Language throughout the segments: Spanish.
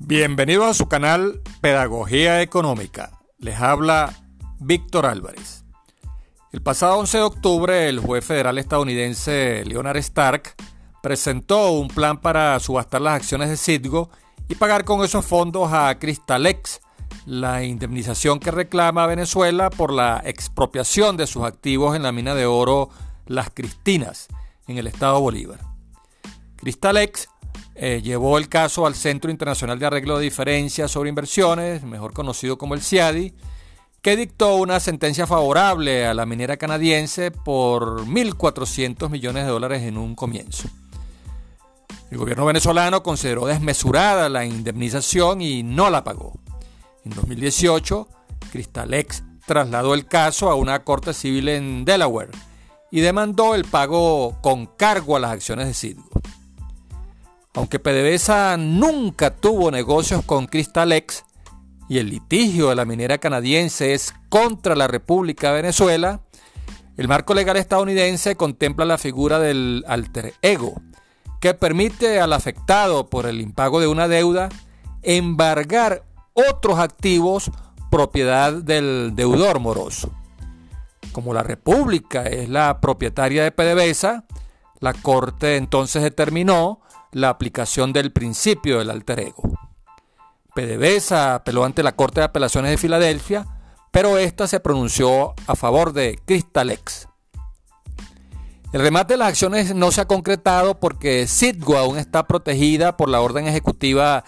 Bienvenidos a su canal Pedagogía Económica. Les habla Víctor Álvarez. El pasado 11 de octubre, el juez federal estadounidense Leonard Stark presentó un plan para subastar las acciones de Citgo y pagar con esos fondos a Cristalex la indemnización que reclama Venezuela por la expropiación de sus activos en la mina de oro Las Cristinas, en el estado Bolívar. Cristalex llevó el caso al Centro Internacional de Arreglo de Diferencias sobre Inversiones, mejor conocido como el CIADI, que dictó una sentencia favorable a la minera canadiense por $1.400 millones en un comienzo. El gobierno venezolano consideró desmesurada la indemnización y no la pagó. En 2018, Cristalex trasladó el caso a una corte civil en Delaware y demandó el pago con cargo a las acciones de Citgo. Aunque PDVSA nunca tuvo negocios con Cristalex y el litigio de la minera canadiense es contra la República de Venezuela, el marco legal estadounidense contempla la figura del alter ego, que permite al afectado por el impago de una deuda embargar otros activos propiedad del deudor moroso. Como la República es la propietaria de PDVSA, la Corte entonces determinó la aplicación del principio del alter ego. PDVSA apeló ante la Corte de Apelaciones de Filadelfia, pero esta se pronunció a favor de Cristalex. El remate de las acciones no se ha concretado porque Citgo aún está protegida por la orden ejecutiva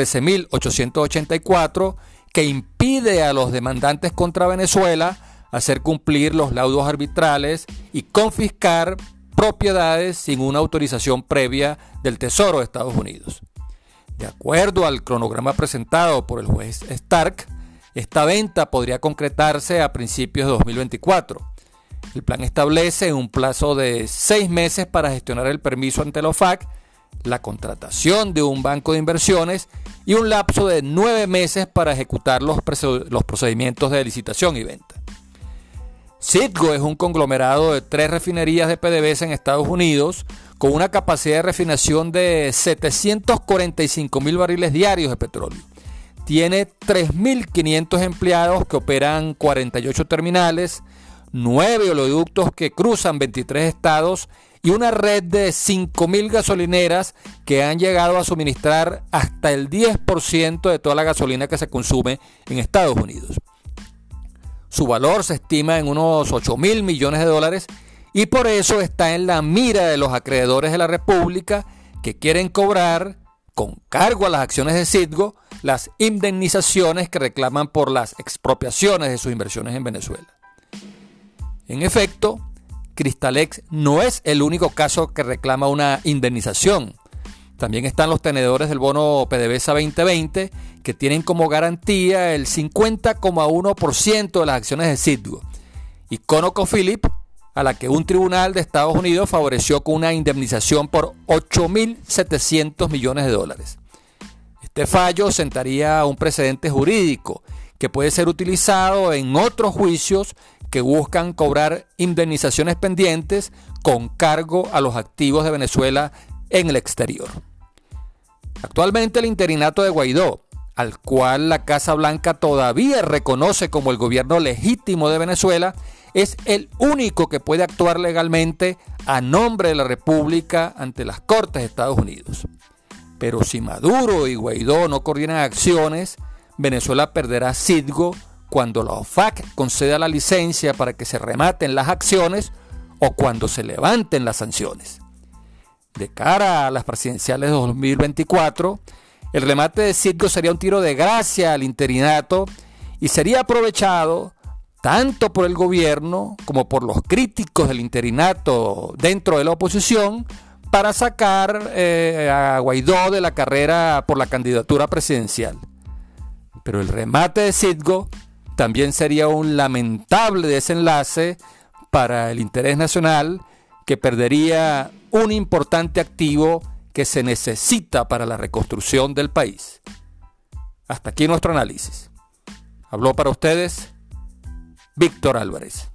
13.884, que impide a los demandantes contra Venezuela hacer cumplir los laudos arbitrales y confiscar propiedades sin una autorización previa del Tesoro de Estados Unidos. De acuerdo al cronograma presentado por el juez Stark, esta venta podría concretarse a principios de 2024. El plan establece un plazo de 6 meses para gestionar el permiso ante la OFAC, la contratación de un banco de inversiones y un lapso de 9 meses para ejecutar los procedimientos de licitación y venta. Citgo es un conglomerado de 3 refinerías de PDVSA en Estados Unidos con una capacidad de refinación de 745,000 barriles diarios de petróleo. Tiene 3.500 empleados que operan 48 terminales, 9 oleoductos que cruzan 23 estados y una red de 5.000 gasolineras que han llegado a suministrar hasta el 10% de toda la gasolina que se consume en Estados Unidos. Su valor se estima en unos $8.000 millones y por eso está en la mira de los acreedores de la República que quieren cobrar, con cargo a las acciones de Citgo, las indemnizaciones que reclaman por las expropiaciones de sus inversiones en Venezuela. En efecto, Cristalex no es el único caso que reclama una indemnización. También están los tenedores del bono PDVSA 2020, que tienen como garantía el 50,1% de las acciones de Citgo, y ConocoPhillips, a la que un tribunal de Estados Unidos favoreció con una indemnización por $8.700 millones. Este fallo sentaría un precedente jurídico que puede ser utilizado en otros juicios que buscan cobrar indemnizaciones pendientes con cargo a los activos de Venezuela en el exterior. Actualmente el interinato de Guaidó, al cual la Casa Blanca todavía reconoce como el gobierno legítimo de Venezuela, es el único que puede actuar legalmente a nombre de la República ante las Cortes de Estados Unidos. Pero si Maduro y Guaidó no coordinan acciones, Venezuela perderá Citgo cuando la OFAC conceda la licencia para que se rematen las acciones o cuando se levanten las sanciones. De cara a las presidenciales de 2024, el remate de Citgo sería un tiro de gracia al interinato y sería aprovechado tanto por el gobierno como por los críticos del interinato dentro de la oposición para sacar a Guaidó de la carrera por la candidatura presidencial. Pero el remate de Citgo también sería un lamentable desenlace para el interés nacional, que perdería un importante activo que se necesita para la reconstrucción del país. Hasta aquí nuestro análisis. Habló para ustedes Víctor Álvarez.